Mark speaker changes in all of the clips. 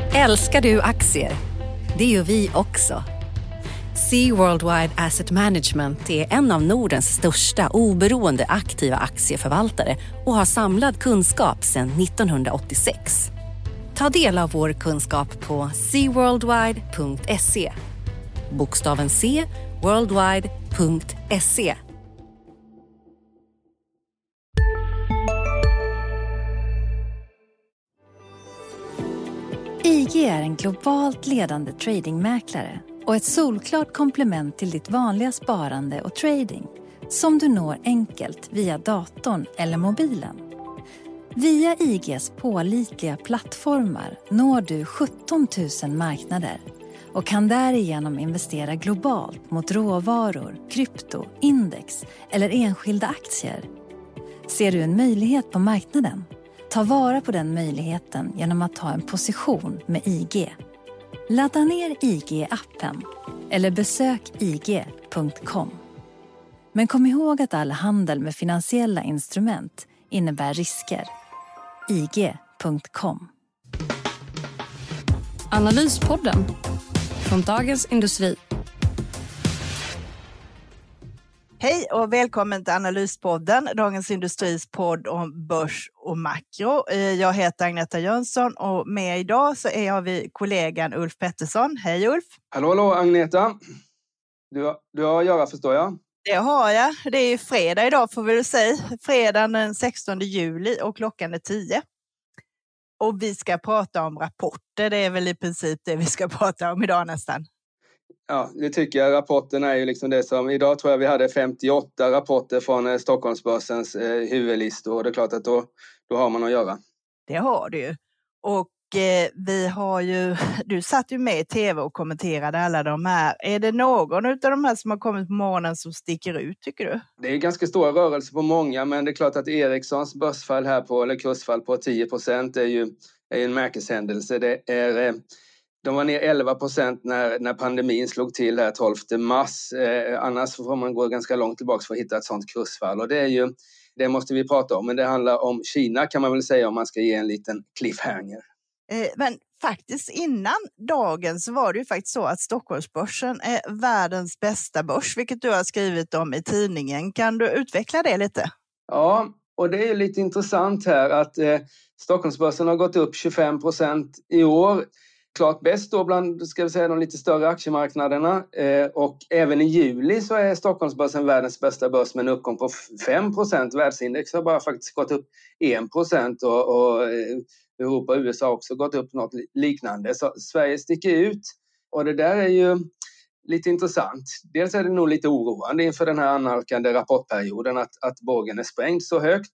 Speaker 1: Älskar du aktier? Det gör vi också. Sea Worldwide Asset Management är en av Nordens största oberoende aktiva aktieförvaltare och har samlad kunskap sedan 1986. Ta del av vår kunskap på seaworldwide.se. Bokstaven C, worldwide.se. IG är en globalt ledande tradingmäklare och ett solklart komplement till ditt vanliga sparande och trading som du når enkelt via datorn eller mobilen. Via IGs pålitliga plattformar når du 17 000 marknader och kan därigenom investera globalt mot råvaror, krypto, index eller enskilda aktier. Ser du en möjlighet på marknaden? Ta vara på den möjligheten genom att ta en position med IG. Ladda ner IG-appen eller besök ig.com. Men kom ihåg att all handel med finansiella instrument innebär risker. IG.com.
Speaker 2: Analyspodden från Dagens Industri.
Speaker 3: Hej och välkommen till Analyspodden, Dagens Industris podd om börs och makro. Jag heter Agneta Jönsson och med idag så har vi kollegan Ulf Pettersson. Hej Ulf!
Speaker 4: Hallå Agneta! Du har att göra, förstår jag.
Speaker 3: Det har jag. Det är fredag idag får vi väl säga. Fredagen den 16 juli och klockan är 10. Och vi ska prata om rapporter. Det är väl i princip det vi ska prata om idag nästan.
Speaker 4: Ja, det tycker jag. Rapporten är ju liksom det som... Idag tror jag vi hade 58 rapporter från Stockholmsbörsens huvudlistor. Och det är klart att då har man att göra.
Speaker 3: Det har du ju. Och vi har ju... Du satt ju med i tv och kommenterade alla de här. Är det någon av de här som har kommit på morgonen som sticker ut, tycker du? Det
Speaker 4: är ganska stora rörelser på många. Men det är klart att Ericssons börsfall här på, eller kursfall på 10% är ju en märkeshändelse. De var ner 11% när pandemin slog till här 12 mars. Annars får man gå ganska långt tillbaka för att hitta ett sånt kursfall. Och det måste vi prata om. Men det handlar om Kina kan man väl säga om man ska ge en liten cliffhanger.
Speaker 3: Men faktiskt innan dagen så var det ju faktiskt så att Stockholmsbörsen är världens bästa börs. Vilket du har skrivit om i tidningen. Kan du utveckla det lite?
Speaker 4: Ja, och det är lite intressant här att Stockholmsbörsen har gått upp 25% i år. Klart bäst då bland, ska vi säga, de lite större aktiemarknaderna. Och även i juli så är Stockholmsbörsen världens bästa börs med en uppgång på 5%. Världsindex har bara faktiskt gått upp 1% och Europa och USA har också gått upp något liknande. Så Sverige sticker ut och det där är ju lite intressant. Dels är det nog lite oroande inför den här annalkande rapportperioden att bågen är sprängd så högt.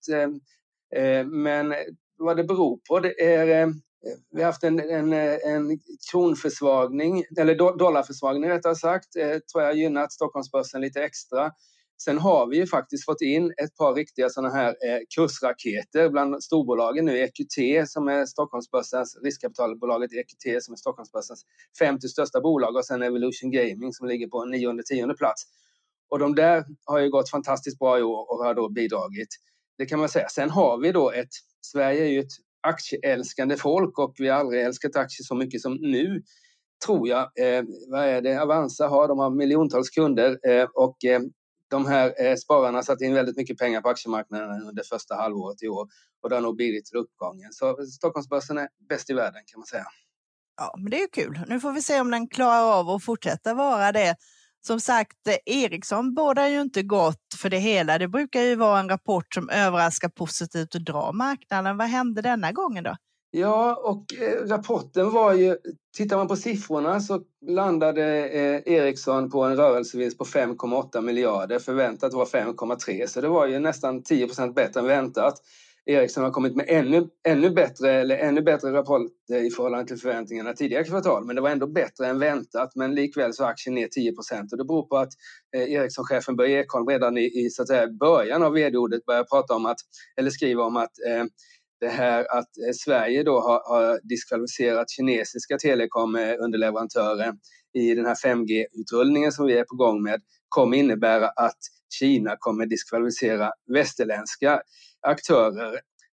Speaker 4: Men vad det beror på det är... Vi har haft en kronförsvagning, eller dollarförsvagning rättare sagt, tror jag gynnat Stockholmsbörsen lite extra. Sen har vi ju faktiskt fått in ett par riktiga sådana här kursraketer bland storbolagen nu. EQT som är Stockholmsbörsens, riskkapitalbolaget EQT som är Stockholmsbörsens 50 största bolag och sen Evolution Gaming som ligger på 9-10 plats. Och de där har ju gått fantastiskt bra i år och har då bidragit. Det kan man säga. Sen har vi då Sverige är ju ett aktieälskande folk och vi har aldrig älskat aktier så mycket som nu, tror jag. Vad är det Avanza har? De har miljontals kunder och de här spararna satt in väldigt mycket pengar på aktiemarknaden under första halvåret i år och det har nog blivit till uppgången. Så Stockholmsbörsen är bäst i världen kan man säga.
Speaker 3: Ja, men det är ju kul. Nu får vi se om den klarar av att fortsätta vara det. Som sagt, Ericsson bådar ju inte gott för det hela. Det brukar ju vara en rapport som överraskar positivt och drar marknaden. Vad hände denna gången då?
Speaker 4: Ja, och rapporten var ju... Tittar man på siffrorna så landade Ericsson på en rörelsevinst på 5,8 miljarder. Förväntat var 5,3. Så det var ju nästan 10% bättre än väntat. Ericsson har kommit med ännu bättre rapport i förhållande till förväntningarna tidigare kvartal. Men det var ändå bättre än väntat. Men likväl så är aktien ner 10%. Och det beror på att Ericsson-chefen Börje Ekholm redan i så att säga, början av vd-ordet började prata om skriva om att det här att Sverige då har diskvalificerat kinesiska telekom-underleverantörer i den här 5G-utrullningen som vi är på gång med kommer innebära att Kina kommer diskvalificera västerländska aktörer.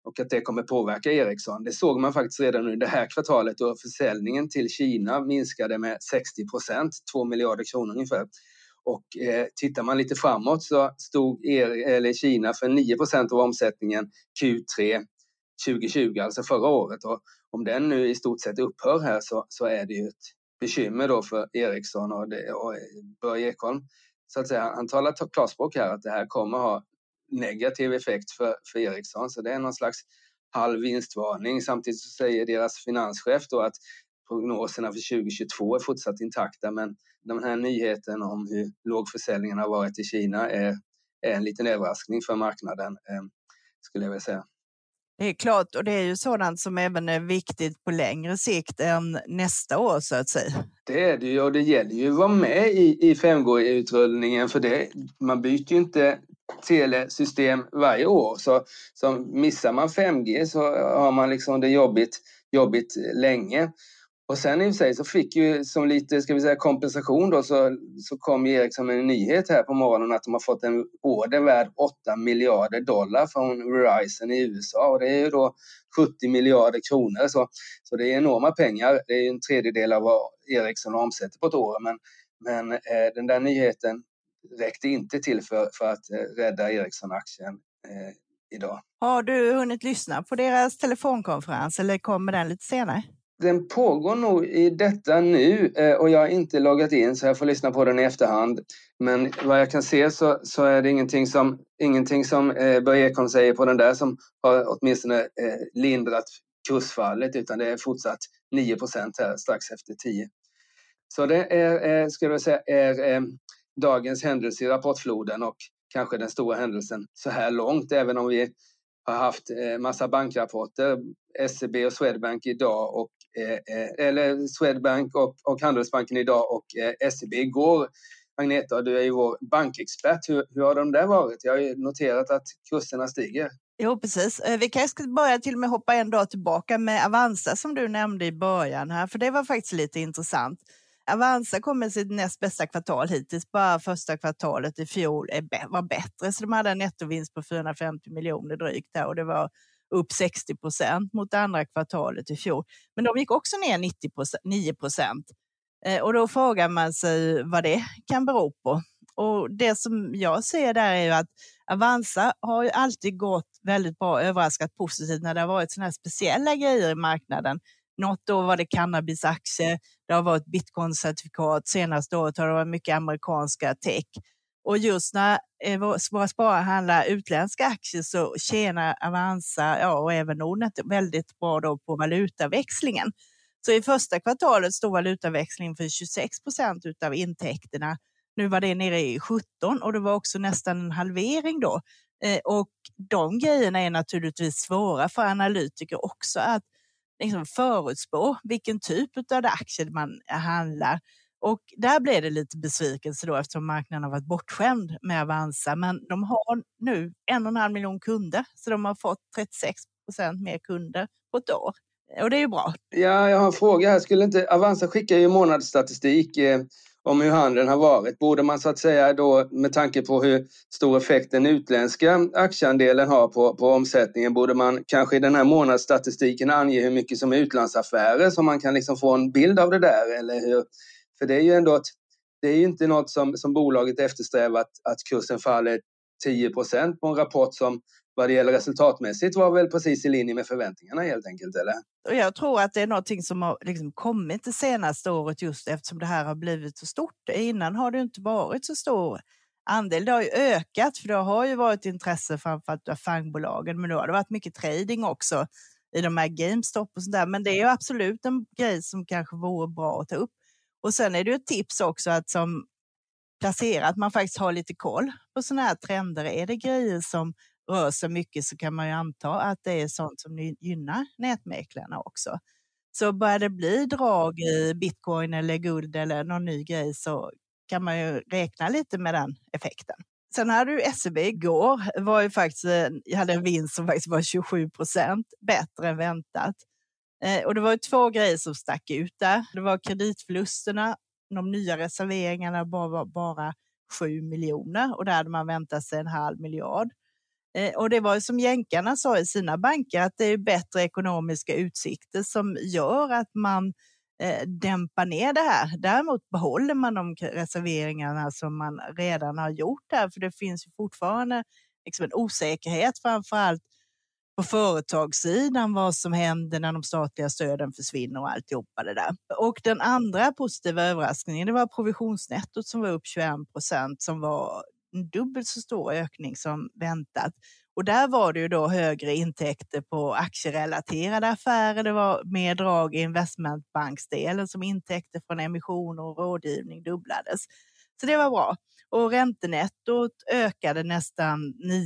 Speaker 4: och att det kommer påverka Ericsson. Det såg man faktiskt redan nu det här kvartalet då försäljningen till Kina minskade med 60%, 2 miljarder kronor ungefär. Och tittar man lite framåt så stod Kina för 9% av omsättningen Q3 2020, alltså förra året. Och om den nu i stort sett upphör här så är det ju ett bekymmer då för Ericsson och Börje Ekholm. Så att säga, han talar klarspråk här att det här kommer ha negativ effekt för Ericsson. Så det är någon slags halv vinstvarning. Samtidigt så säger deras finanschef då att prognoserna för 2022 är fortsatt intakta. Men den här nyheten om hur låg försäljningen har varit i Kina är en liten överraskning för marknaden, skulle jag vilja säga.
Speaker 3: Det är klart, och det är ju sådant som även är viktigt på längre sikt än nästa år så att säga.
Speaker 4: Det är det ju, och det gäller ju att vara med i 5G-utrullningen, för det, man byter ju inte telesystem varje år. Så missar man 5G så har man liksom det jobbigt länge. Och sen i och för sig så fick ju som lite, ska vi säga, kompensation då, så kom Ericsson med en nyhet här på morgonen att de har fått en order värd $8 miljarder från Verizon i USA, och det är ju då 70 miljarder kronor, så det är enorma pengar. Det är en tredjedel av vad Ericsson omsätter på ett år, men den där nyheten räckte inte till för att rädda Ericsson-aktien idag.
Speaker 3: Har du hunnit lyssna på deras telefonkonferens eller kommer den lite senare?
Speaker 4: Den pågår nog i detta nu och jag har inte loggat in så jag får lyssna på den i efterhand. Men vad jag kan se så är det ingenting som Börje Ekholm säger på den där som har åtminstone lindrat kursfallet, utan det är fortsatt 9% här strax efter 10. Så det är, ska jag säga, dagens händelse i rapportfloden och kanske den stora händelsen så här långt, även om vi har haft massa bankrapporter, SEB och Swedbank idag eller Swedbank och Handelsbanken idag och SEB igår. Agneta, du är ju vår bankexpert. Hur har de där varit? Jag har ju noterat att kurserna stiger.
Speaker 3: Jo, precis. Vi kanske börja till och med hoppa en dag tillbaka med Avanza som du nämnde i början här, för det var faktiskt lite intressant. Avanza kom med sitt näst bästa kvartal hittills. Bara första kvartalet i fjol var bättre, så de hade en nettovinst på 450 miljoner drygt här, och det var upp 60% mot andra kvartalet i fjol. Men de gick också ner 9%. Och då frågar man sig vad det kan bero på. Och det som jag ser där är ju att Avanza har ju alltid gått väldigt bra, överraskat positivt när det har varit såna här speciella grejer i marknaden. Något år var det cannabisaktier, det har varit bitcoin-certifikat, senaste året har det varit mycket amerikanska tech. Och just när våra sparare handlar utländska aktier så tjänar Avanza och även Nordnet väldigt bra då på valutaväxlingen. Så i första kvartalet stod valutaväxlingen för 26% utav intäkterna. Nu var det nere i 17% och det var också nästan en halvering då. Och de grejerna är naturligtvis svåra för analytiker också att liksom förutspå vilken typ av aktier man handlar. Och där blev det lite besvikelse då eftersom marknaden har varit bortskämd med Avanza. Men de har nu 1,5 miljon kunder, så de har fått 36% mer kunder på ett år. Och det är ju bra.
Speaker 4: Ja, jag har en fråga här. Skulle inte Avanza skicka ju månadsstatistik om hur handeln har varit? Borde man så att säga då, med tanke på hur stor effekt den utländska aktieandelen har på omsättningen, borde man kanske i den här månadsstatistiken ange hur mycket som är utlandsaffärer så man kan liksom få en bild av det där, eller hur? För det är ju ändå det är ju inte något som bolaget eftersträvar att kursen faller 10% på en rapport som vad det gäller resultatmässigt var väl precis i linje med förväntningarna helt enkelt, eller?
Speaker 3: Och jag tror att det är någonting som har liksom kommit det senaste året just eftersom det här har blivit så stort. Innan har det inte varit så stor andel. Det har ju ökat för det har ju varit intresse framförallt av fangbolagen, men nu har det varit mycket trading också i de här GameStop och sådär. Men det är ju absolut en grej som kanske vore bra att ta upp. Och sen är det ju ett tips också att som placerar att man faktiskt har lite koll på sådana här trender. Är det grejer som rör sig mycket så kan man ju anta att det är sånt som gynnar nätmäklarna också. Så börjar det bli drag i bitcoin eller guld eller någon ny grej så kan man ju räkna lite med den effekten. Sen hade du SEB igår, var ju faktiskt, jag hade en vinst som faktiskt var 27% bättre än väntat. Och det var ju två grejer som stack ut där. Det var kreditförlusterna, de nya reserveringarna var bara 7 miljoner och där hade man väntat sig 0,5 miljard. Och det var ju som jänkarna sa i sina banker, att det är bättre ekonomiska utsikter som gör att man dämpar ner det här. Däremot behåller man de reserveringarna som man redan har gjort här, för det finns ju fortfarande liksom en osäkerhet, framförallt på företagssidan, vad som händer när de statliga stöden försvinner och alltihopa det där. Och den andra positiva överraskningen, det var provisionsnettot som var upp 21%, som var en dubbelt så stor ökning som väntat. Och där var det ju då högre intäkter på aktierelaterade affärer. Det var mer drag i investmentbanksdelen, som intäkter från emissioner och rådgivning dubblades. Så det var bra. Och räntenettot ökade nästan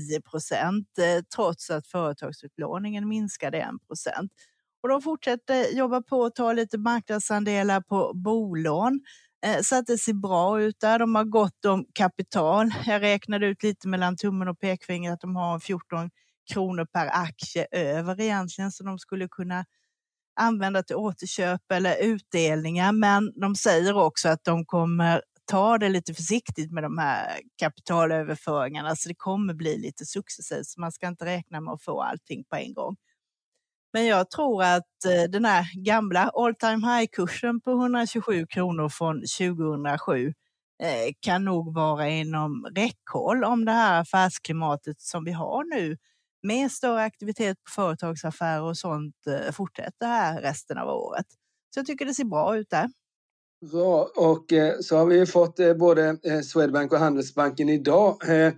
Speaker 3: 9%, trots att företagsutlåningen minskade 1%. Och de fortsätter jobba på att ta lite marknadsandelar på bolån. Så att det ser bra ut där. De har gott om kapital. Jag räknade ut lite mellan tummen och pekfingret att de har 14 kronor per aktie över egentligen, så de skulle kunna använda till återköp eller utdelningar. Men de säger också att de kommer ta det lite försiktigt med de här kapitalöverföringarna, så det kommer bli lite successivt, så man ska inte räkna med att få allting på en gång. Men jag tror att den här gamla all time high-kursen på 127 kronor från 2007 kan nog vara inom räckhåll om det här affärsklimatet som vi har nu, med större aktivitet på företagsaffärer och sånt, fortsätter här resten av året. Så jag tycker det ser bra ut där.
Speaker 4: Ja, och så har vi ju fått både Swedbank och Handelsbanken idag.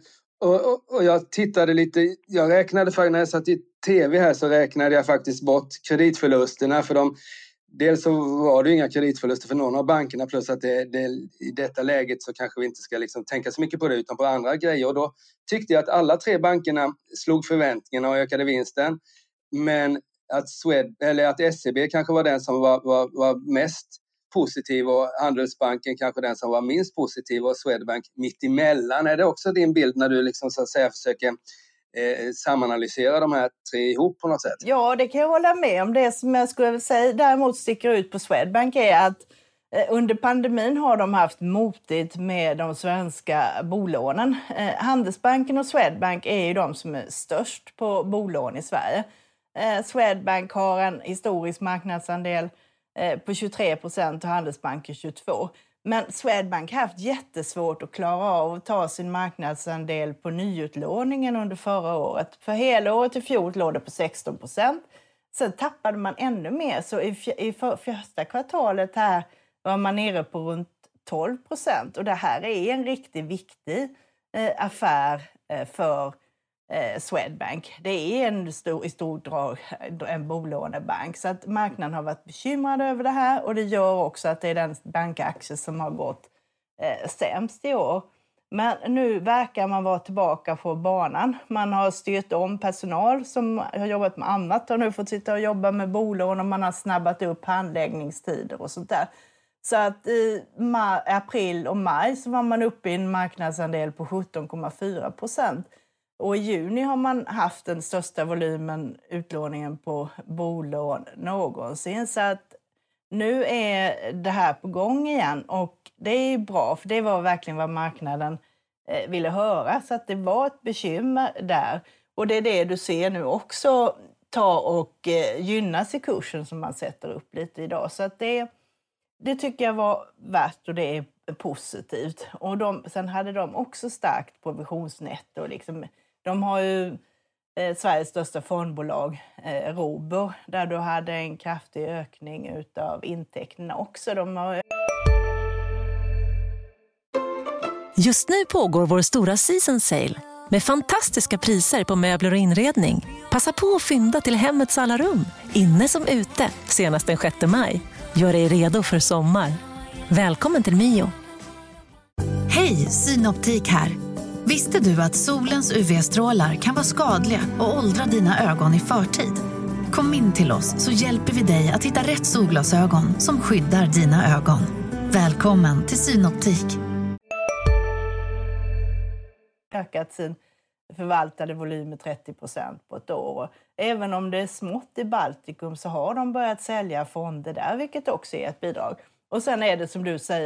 Speaker 4: Och jag tittade lite, jag räknade för när jag satt i tv här, så räknade jag faktiskt bort kreditförlusterna, för dels så var det inga kreditförluster för någon av bankerna, plus att i detta läget så kanske vi inte ska liksom tänka så mycket på det utan på andra grejer. Och då tyckte jag att alla tre bankerna slog förväntningarna och ökade vinsten, men att SEB kanske var den som var mest positiv och Handelsbanken kanske den som var minst positiv och Swedbank mitt emellan. Är det också din bild när du liksom så att säga försöker samanalysera de här tre ihop på något sätt?
Speaker 3: Ja, det kan jag hålla med om. Det som jag skulle säga däremot sticker ut på Swedbank är att under pandemin har de haft motigt med de svenska bolånen. Handelsbanken och Swedbank är ju de som är störst på bolån i Sverige. Swedbank har en historisk marknadsandel på 23% och Handelsbanken 22%. Men Swedbank har haft jättesvårt att klara av att ta sin marknadsandel på nyutlåningen under förra året. För hela året i fjol låg det på 16%. Sen tappade man ännu mer. Så i första kvartalet här var man nere på runt 12%. Och det här är en riktigt viktig affär för Swedbank. Det är i stor drag en bolånebank, så att marknaden har varit bekymrad över det här, och det gör också att det är den bankaktie som har gått sämst i år. Men nu verkar man vara tillbaka på banan. Man har styrt om personal som har jobbat med annat och nu fått sitta och jobba med bolån, och man har snabbat upp handläggningstider och sånt där. Så att i april och maj så var man uppe i en marknadsandel på 17,4%. Och i juni har man haft den största volymen utlåningen på bolån någonsin. Så att nu är det här på gång igen, och det är bra, för det var verkligen vad marknaden ville höra. Så att det var ett bekymmer där. Och det är det du ser nu också ta och gynnas i kursen som man sätter upp lite idag. Så att det tycker jag var värt, och det är positivt. Och sen hade de också starkt provisionsnetto. Liksom, de har ju Sveriges största fondbolag, Robur, där du hade en kraftig ökning utav intäkterna också.
Speaker 5: Just nu pågår vår stora season sale med fantastiska priser på möbler och inredning. Passa på att fynda till hemmets alla rum, inne som ute, senast den 6 maj. Gör dig redo för sommar. Välkommen till Mio.
Speaker 6: Hej, Synoptik här. Visste du att solens UV-strålar kan vara skadliga och åldra dina ögon i förtid? Kom in till oss så hjälper vi dig att hitta rätt solglasögon som skyddar dina ögon. Välkommen till Synoptik.
Speaker 3: Ökat sin förvaltade volym med 30% på ett år. Även om det är smått i Baltikum så har de börjat sälja fonder där, vilket också är ett bidrag. Och sen är det som du säger,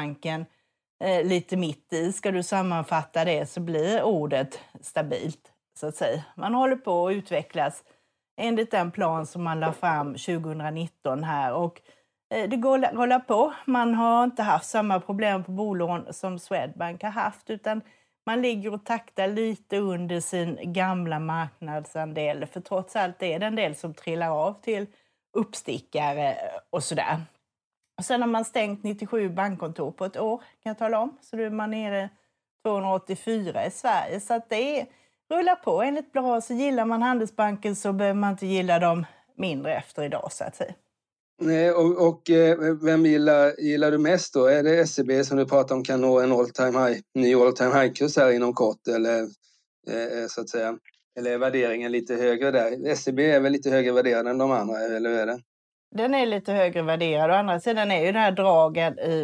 Speaker 3: Handelsbanken lite mitt i. Ska du sammanfatta det så blir ordet stabilt. så att säga. Man håller på att utvecklas enligt den plan som man la fram 2019 här, och det går på. Man har inte haft samma problem på bolån som Swedbank har haft, utan man ligger och taktar lite under sin gamla marknadsandel, för trots allt är det en del som trillar av till uppstickare och sådär. Och sen har man stängt 97 bankkontor på ett år, kan jag tala om. Så nu är man nere 284 i Sverige. Så att det rullar på enligt bra. Så gillar man Handelsbanken så behöver man inte gilla dem mindre efter idag, så att säga.
Speaker 4: Nej, och vem gillar du mest då? Är det SEB som du pratar om kan nå en ny all-time high-kurs här inom kort, eller så att säga? Eller är värderingen lite högre där? SEB är väl lite högre värderad än de andra, eller är det?
Speaker 3: Den är lite högre värderad. Å andra sidan är ju den här dragen i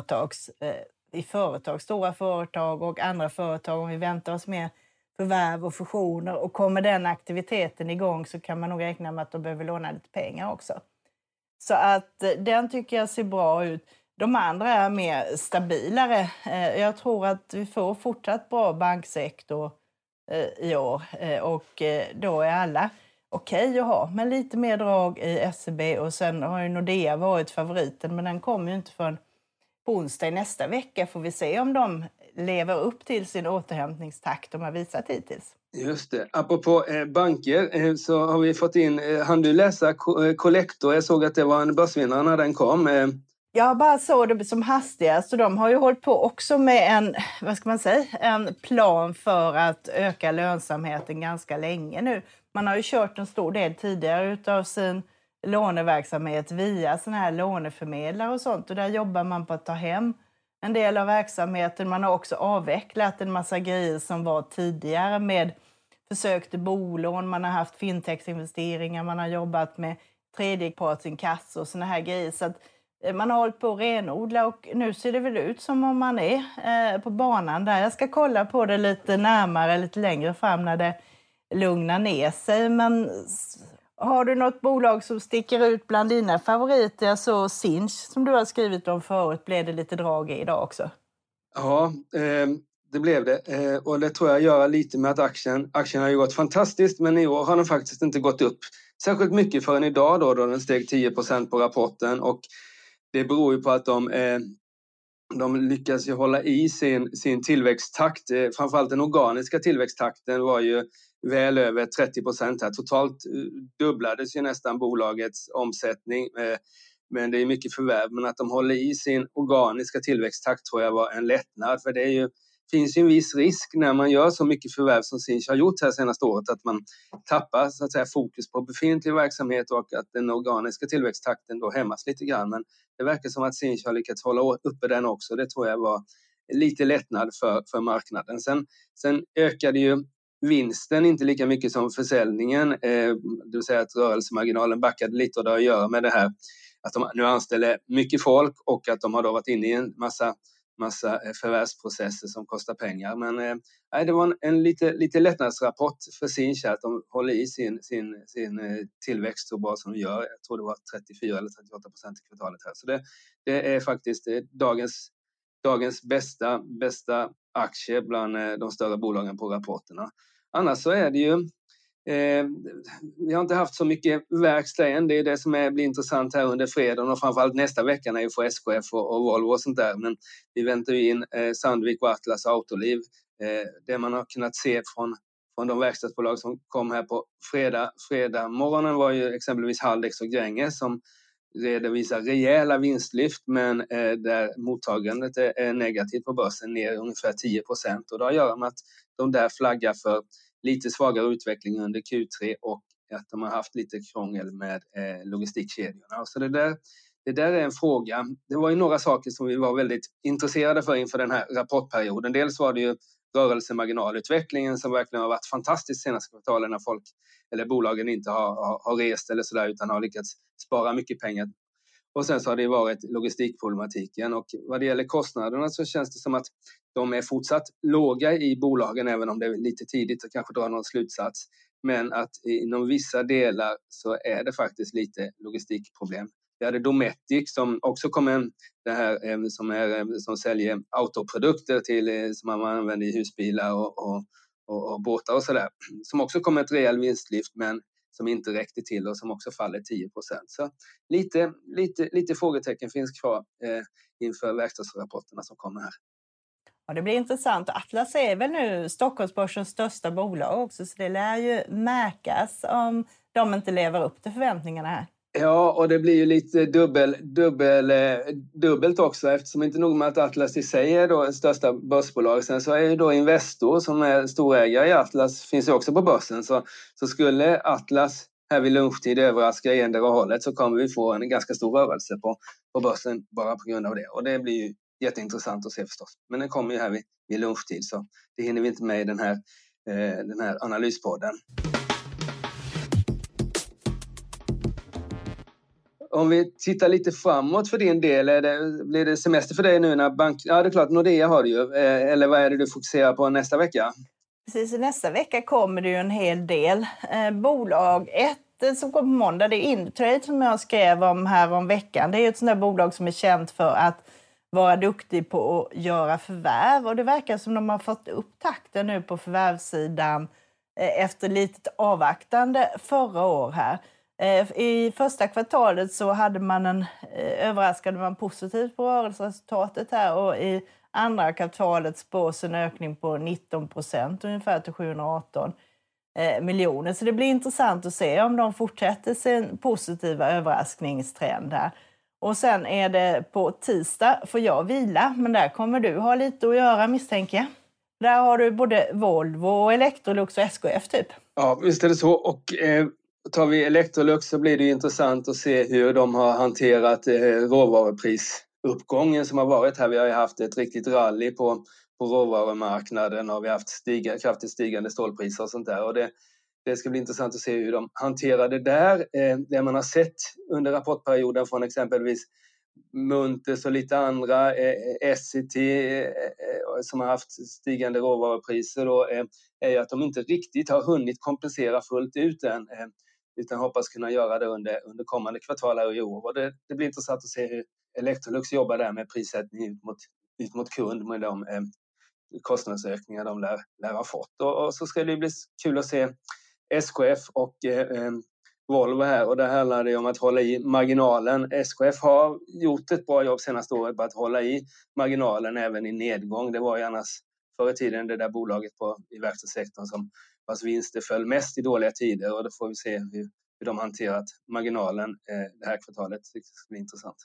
Speaker 3: stora företag och andra företag. Om vi väntar oss mer förvärv och fusioner och kommer den aktiviteten igång, så kan man nog räkna med att de behöver låna lite pengar också. Så att den tycker jag ser bra ut. De andra är mer stabilare. Jag tror att vi får fortsatt bra banksektor i år, och då är alla okej att ha. Men lite mer drag i SEB, och sen har ju Nordea varit favoriten, men den kommer ju inte förrän på onsdag nästa vecka. Får vi se om de lever upp till sin återhämtningstakt de har visat hittills.
Speaker 4: Just det. Apropå banker så har vi fått in, hann du läsa Collector? Jag såg att det var en börsvinnare när den kom.
Speaker 3: Jag bara såg det som hastigast, och de har ju hållit på också med en plan för att öka lönsamheten ganska länge nu. Man har ju kört en stor del tidigare utav sin låneverksamhet via såna här låneförmedlare och sånt, och där jobbar man på att ta hem en del av verksamheten. Man har också avvecklat en massa grejer som var tidigare med försök till bolån. Man har haft fintechsinvesteringar, man har jobbat med tredjepartsinkasso och såna här grejer. Så att man har hållit på att renodla, och nu ser det väl ut som om man är på banan där. Jag ska kolla på det lite närmare, lite längre fram när det lugnar ner sig. Men har du något bolag som sticker ut bland dina favoriter? Alltså Sinch, som du har skrivit om förut, blev det lite drag i idag också?
Speaker 4: Ja, det blev det. Och det tror jag gör lite med att aktien har ju gått fantastiskt, men i år har den faktiskt inte gått upp särskilt mycket förrän idag då den steg 10% på rapporten. Och det beror ju på att de lyckas ju hålla i sin tillväxttakt. Framförallt den organiska tillväxttakten var ju väl över 30% här. Totalt dubblades ju nästan bolagets omsättning. Men det är mycket förvärv. Men att de håller i sin organiska tillväxttakt tror jag var en lättnad. För det finns ju en viss risk när man gör så mycket förvärv som Sinch har gjort här senaste året, att man tappar så att säga fokus på befintlig verksamhet, och att den organiska tillväxttakten då hämmas lite grann. Men det verkar som att Sinch har lyckats hålla uppe den också. Det tror jag var lite lättnad för marknaden. Sen ökade ju vinsten inte lika mycket som försäljningen. Det vill säga att rörelsemarginalen backade lite, och det har att göra med det här att de nu anställer mycket folk, och att de har då varit inne i en massa förvärvsprocesser som kostar pengar. Men det var en lite lättnadsrapport för Sinch, att de håller i sin tillväxt så bra som de gör. Jag tror det var 34 eller 38% i kvartalet här. Så det är faktiskt dagens bästa aktie bland de större bolagen på rapporterna. Annars så är det ju vi har inte haft så mycket verkstad än. Det är det som blir intressant här under fredagen, och framförallt nästa vecka när vi får SKF och Volvo och sånt där. Men vi väntar ju in Sandvik och Atlas Autoliv. Det man har kunnat se från de verkstadsbolag som kom här på fredag morgonen var ju exempelvis Haldex och Gränges, som redovisar rejäla vinstlyft, men där mottagandet är negativt på börsen, ner ungefär 10%. Och det har att göra med att de där flaggar för lite svagare utveckling under Q3, och att de har haft lite krångel med logistikkedjorna. Så det där är en fråga. Det var ju några saker som vi var väldigt intresserade för inför den här rapportperioden. Dels var det ju rörelsemarginalutvecklingen som verkligen har varit fantastisk senaste kvartalen, när folk eller bolagen inte har rest eller sådär, utan har lyckats spara mycket pengar. Och sen så har det varit logistikproblematiken, och vad det gäller kostnaderna så känns det som att de är fortsatt låga i bolagen, även om det är lite tidigt att kanske dra någon slutsats. Men att inom vissa delar så är det faktiskt lite logistikproblem. Vi hade Dometic som också kom det här som säljer autoprodukter som man använder i husbilar och båtar och sådär. Som också kommer ett rejäl vinstlyft men som inte räckte till och som också faller 10%. Så lite frågetecken finns kvar inför verkstadsrapporterna som kommer här.
Speaker 3: Ja, det blir intressant. Atlas är väl nu Stockholmsbörsens största bolag också, så det lär ju märkas om de inte lever upp till förväntningarna här.
Speaker 4: Ja, och det blir ju lite dubbelt också, eftersom inte nog med att Atlas i sig är då största börsbolag. Sen så är ju då Investor som är storägare i Atlas, finns ju också på börsen. Så skulle Atlas här vid lunchtid överraska i endera hållet så kommer vi få en ganska stor rörelse på börsen bara på grund av det. Och det blir ju jätteintressant att se förstås. Men den kommer ju här vid lunchtid så det hinner vi inte med i den här analyspodden. Om vi tittar lite framåt för din del, blir det semester för dig nu när ja, det är klart, Nordea har du ju. Eller vad är det du fokuserar på nästa vecka?
Speaker 3: Precis, nästa vecka kommer det ju en hel del. Bolag 1 som går på måndag, det är Indutrade som jag skrev om här om veckan. Det är ju ett sånt där bolag som är känt för att vara duktig på att göra förvärv. Och det verkar som de har fått upp takten nu på förvärvssidan efter lite avvaktande förra år här. I första kvartalet så hade man överraskade man positivt på rörelseresultatet här och i andra kvartalet spås en ökning på 19% ungefär till 718 miljoner. Så det blir intressant att se om de fortsätter sin positiva överraskningstrend här. Och sen är det på tisdag får jag vila, men där kommer du ha lite att göra misstänker jag. Där har du både Volvo, Electrolux och SKF typ.
Speaker 4: Ja, visst är det så. Och tar vi Electrolux så blir det intressant att se hur de har hanterat råvaruprisuppgången som har varit här. Vi har ju haft ett riktigt rally på råvarumarknaden och vi har haft kraftigt stigande stålpriser och sånt där. Och det ska bli intressant att se hur de hanterar det där. Det man har sett under rapportperioden från exempelvis Munters och lite andra, SCT som har haft stigande råvarupriser då, är att de inte riktigt har hunnit kompensera fullt ut än. Utan hoppas kunna göra det under kommande kvartaler i år. Och det blir intressant att se hur Electrolux jobbar där med prissättning ut mot kund med de kostnadsökningar de lär ha fått. Och så ska det bli kul att se SKF och Volvo här. Och det handlar det om att hålla i marginalen. SKF har gjort ett bra jobb senaste året på att hålla i marginalen även i nedgång. Det var ju annars förr i tiden det där bolaget i verkstadssektorn som vars vinster föll mest i dåliga tider och då får vi se hur de hanterat marginalen det här kvartalet. Det ska bli intressant.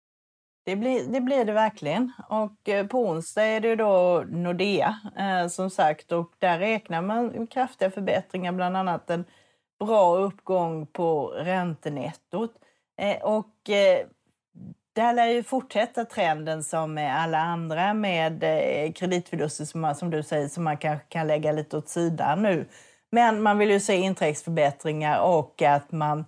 Speaker 3: Det blir det verkligen. Och på onsdag är det då Nordea som sagt och där räknar man kraftiga förbättringar, bland annat en bra uppgång på räntenettot. Och där lär ju fortsätta trenden som med alla andra med kreditförluster som du säger som man kanske kan lägga lite åt sidan nu. Men man vill ju se intäktsförbättringar och att man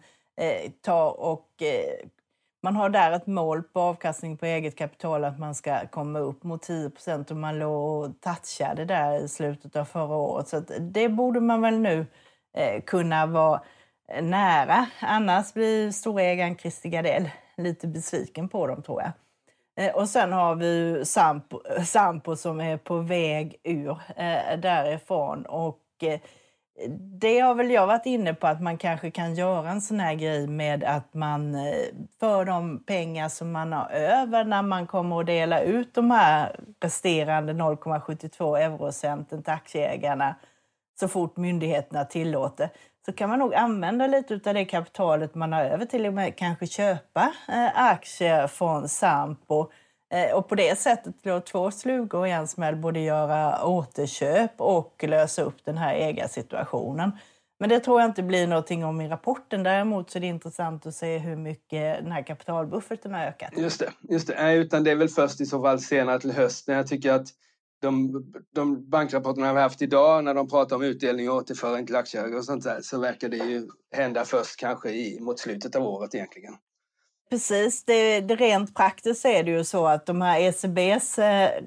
Speaker 3: man har där ett mål på avkastning på eget kapital att man ska komma upp mot 10% och man låg och touchade där i slutet av förra året. Så att det borde man väl nu kunna vara nära. Annars blir storägaren Christer Gardell lite besviken på dem tror jag. Och sen har vi Sampo som är på väg ur därifrån och det har väl jag varit inne på att man kanske kan göra en sån här grej med att man för de pengar som man har över när man kommer att dela ut de här resterande 0,72 eurocenten till aktieägarna så fort myndigheterna tillåter. Så kan man nog använda lite av det kapitalet man har över till och med kanske köpa aktier från Sampo. Och på det sättet då 2 slugor i en smäll både göra återköp och lösa upp den här ägarsituationen. Men det tror jag inte blir någonting om i rapporten. Däremot så är det intressant att se hur mycket den här kapitalbufferten har ökat.
Speaker 4: Just det. Utan det är väl först i så fall senare till hösten. Jag tycker att de bankrapporterna vi har haft idag när de pratar om utdelning och återföring till aktieägare och sånt där så verkar det ju hända först kanske mot slutet av året egentligen.
Speaker 3: Precis, det rent praktiskt är det ju så att de här ECBs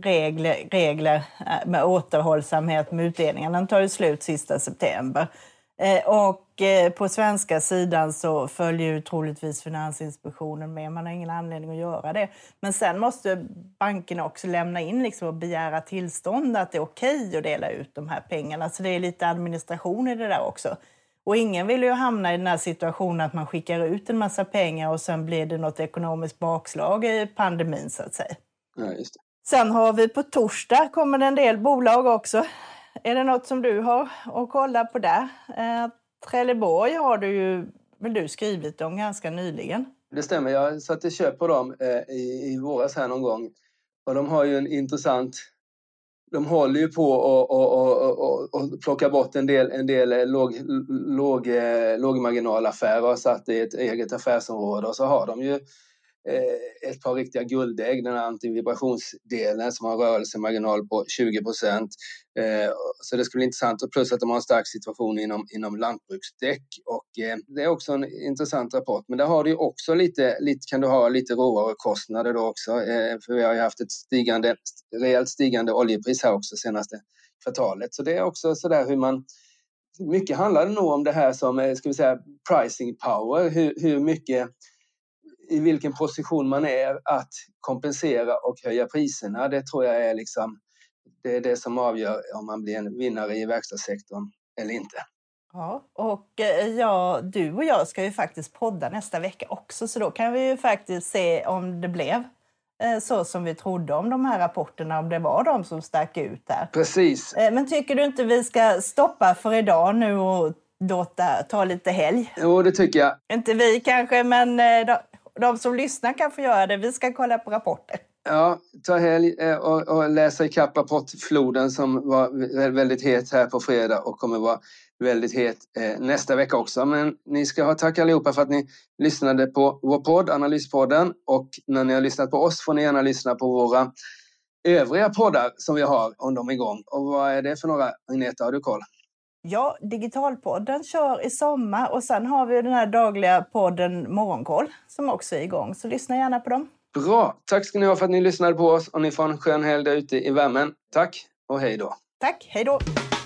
Speaker 3: regler med återhållsamhet med utdelningen den tar ju slut sista september. Och på svenska sidan så följer ju troligtvis Finansinspektionen med. Man har ingen anledning att göra det. Men sen måste bankerna också lämna in liksom och begära tillstånd att det är okej att dela ut de här pengarna. Så det är lite administration i det där också. Och ingen vill ju hamna i den här situationen att man skickar ut en massa pengar och sen blir det något ekonomiskt bakslag i pandemin så att säga.
Speaker 4: Ja, just det.
Speaker 3: Sen har vi på torsdag kommer det en del bolag också. Är det något som du har att kolla på där? Trelleborg har du skrivit om ganska nyligen.
Speaker 4: Det stämmer, jag satte köp på dem i våras här någon gång. Och de har ju en intressant... De håller ju på och plocka bort en del lågmarginalaffärer och satt i ett eget affärsområde. Och så har de ju ett par riktiga guldägg, den här antivibrationsdelen som har en rörelsemarginal på 20%. Så det skulle bli intressant, och plus att de har en stark situation inom lantbruksdäck. Och det är också en intressant rapport. Men där har du ju också kan du ha lite råvarukostnader då också. För vi har ju haft ett rejält stigande oljepris här också senaste kvartalet. Så det är också sådär hur man... Mycket handlar det nog om det här som, ska vi säga, pricing power. Hur mycket... I vilken position man är att kompensera och höja priserna. Det tror jag är det är det som avgör om man blir en vinnare i verkstadssektorn eller inte.
Speaker 3: Ja, och du och jag ska ju faktiskt podda nästa vecka också. Så då kan vi ju faktiskt se om det blev så som vi trodde om de här rapporterna. Om det var de som stack ut där.
Speaker 4: Precis.
Speaker 3: Men tycker du inte vi ska stoppa för idag nu och ta lite helg?
Speaker 4: Jo, det tycker jag.
Speaker 3: Inte vi kanske, men... De som lyssnar kan få göra det. Vi ska kolla på rapporter.
Speaker 4: Ja, ta helg och läsa ikapp rapportfloden som var väldigt het här på fredag och kommer vara väldigt het nästa vecka också. Men ni ska ha tack allihopa för att ni lyssnade på vår podd, Analyspodden. Och när ni har lyssnat på oss får ni gärna lyssna på våra övriga poddar som vi har om de är igång. Och vad är det för några, Agneta, har du koll?
Speaker 3: Ja, Digitalpodden kör i sommar och sen har vi den här dagliga podden Morgonkoll som också är igång. Så lyssna gärna på dem.
Speaker 4: Bra, tack ska ni ha för att ni lyssnade på oss och ni får en skön helg där ute i värmen. Tack och hej då.
Speaker 3: Tack, hej då.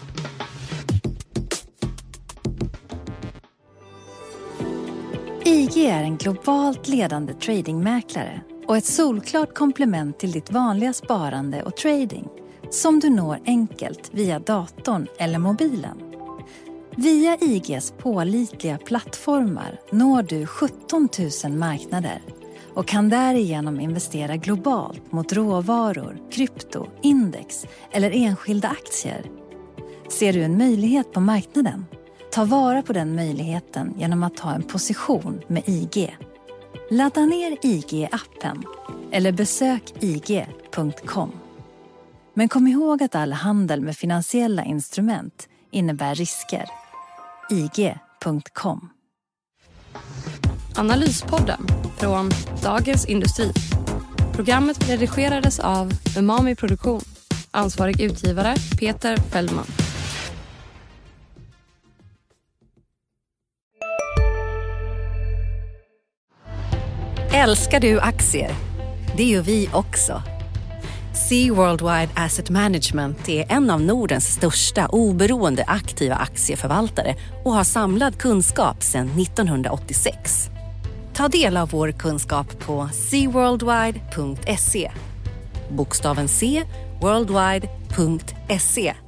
Speaker 1: IG är en globalt ledande tradingmäklare och ett solklart komplement till ditt vanliga sparande och trading som du når enkelt via datorn eller mobilen. Via IGs pålitliga plattformar når du 17 000 marknader och kan därigenom investera globalt mot råvaror, krypto, index eller enskilda aktier. Ser du en möjlighet på marknaden? Ta vara på den möjligheten genom att ta en position med IG. Ladda ner IG-appen eller besök ig.com. Men kom ihåg att all handel med finansiella instrument innebär risker. IG.com.
Speaker 2: Analyspodden från Dagens Industri. Programmet redigerades av Umami Produktion. Ansvarig utgivare Peter Fällman.
Speaker 7: Älskar du aktier? Det gör vi också. Sea Worldwide Asset Management är en av Nordens största oberoende aktiva aktieförvaltare och har samlad kunskap sedan 1986. Ta del av vår kunskap på seaworldwide.se. Bokstaven C, worldwide.se.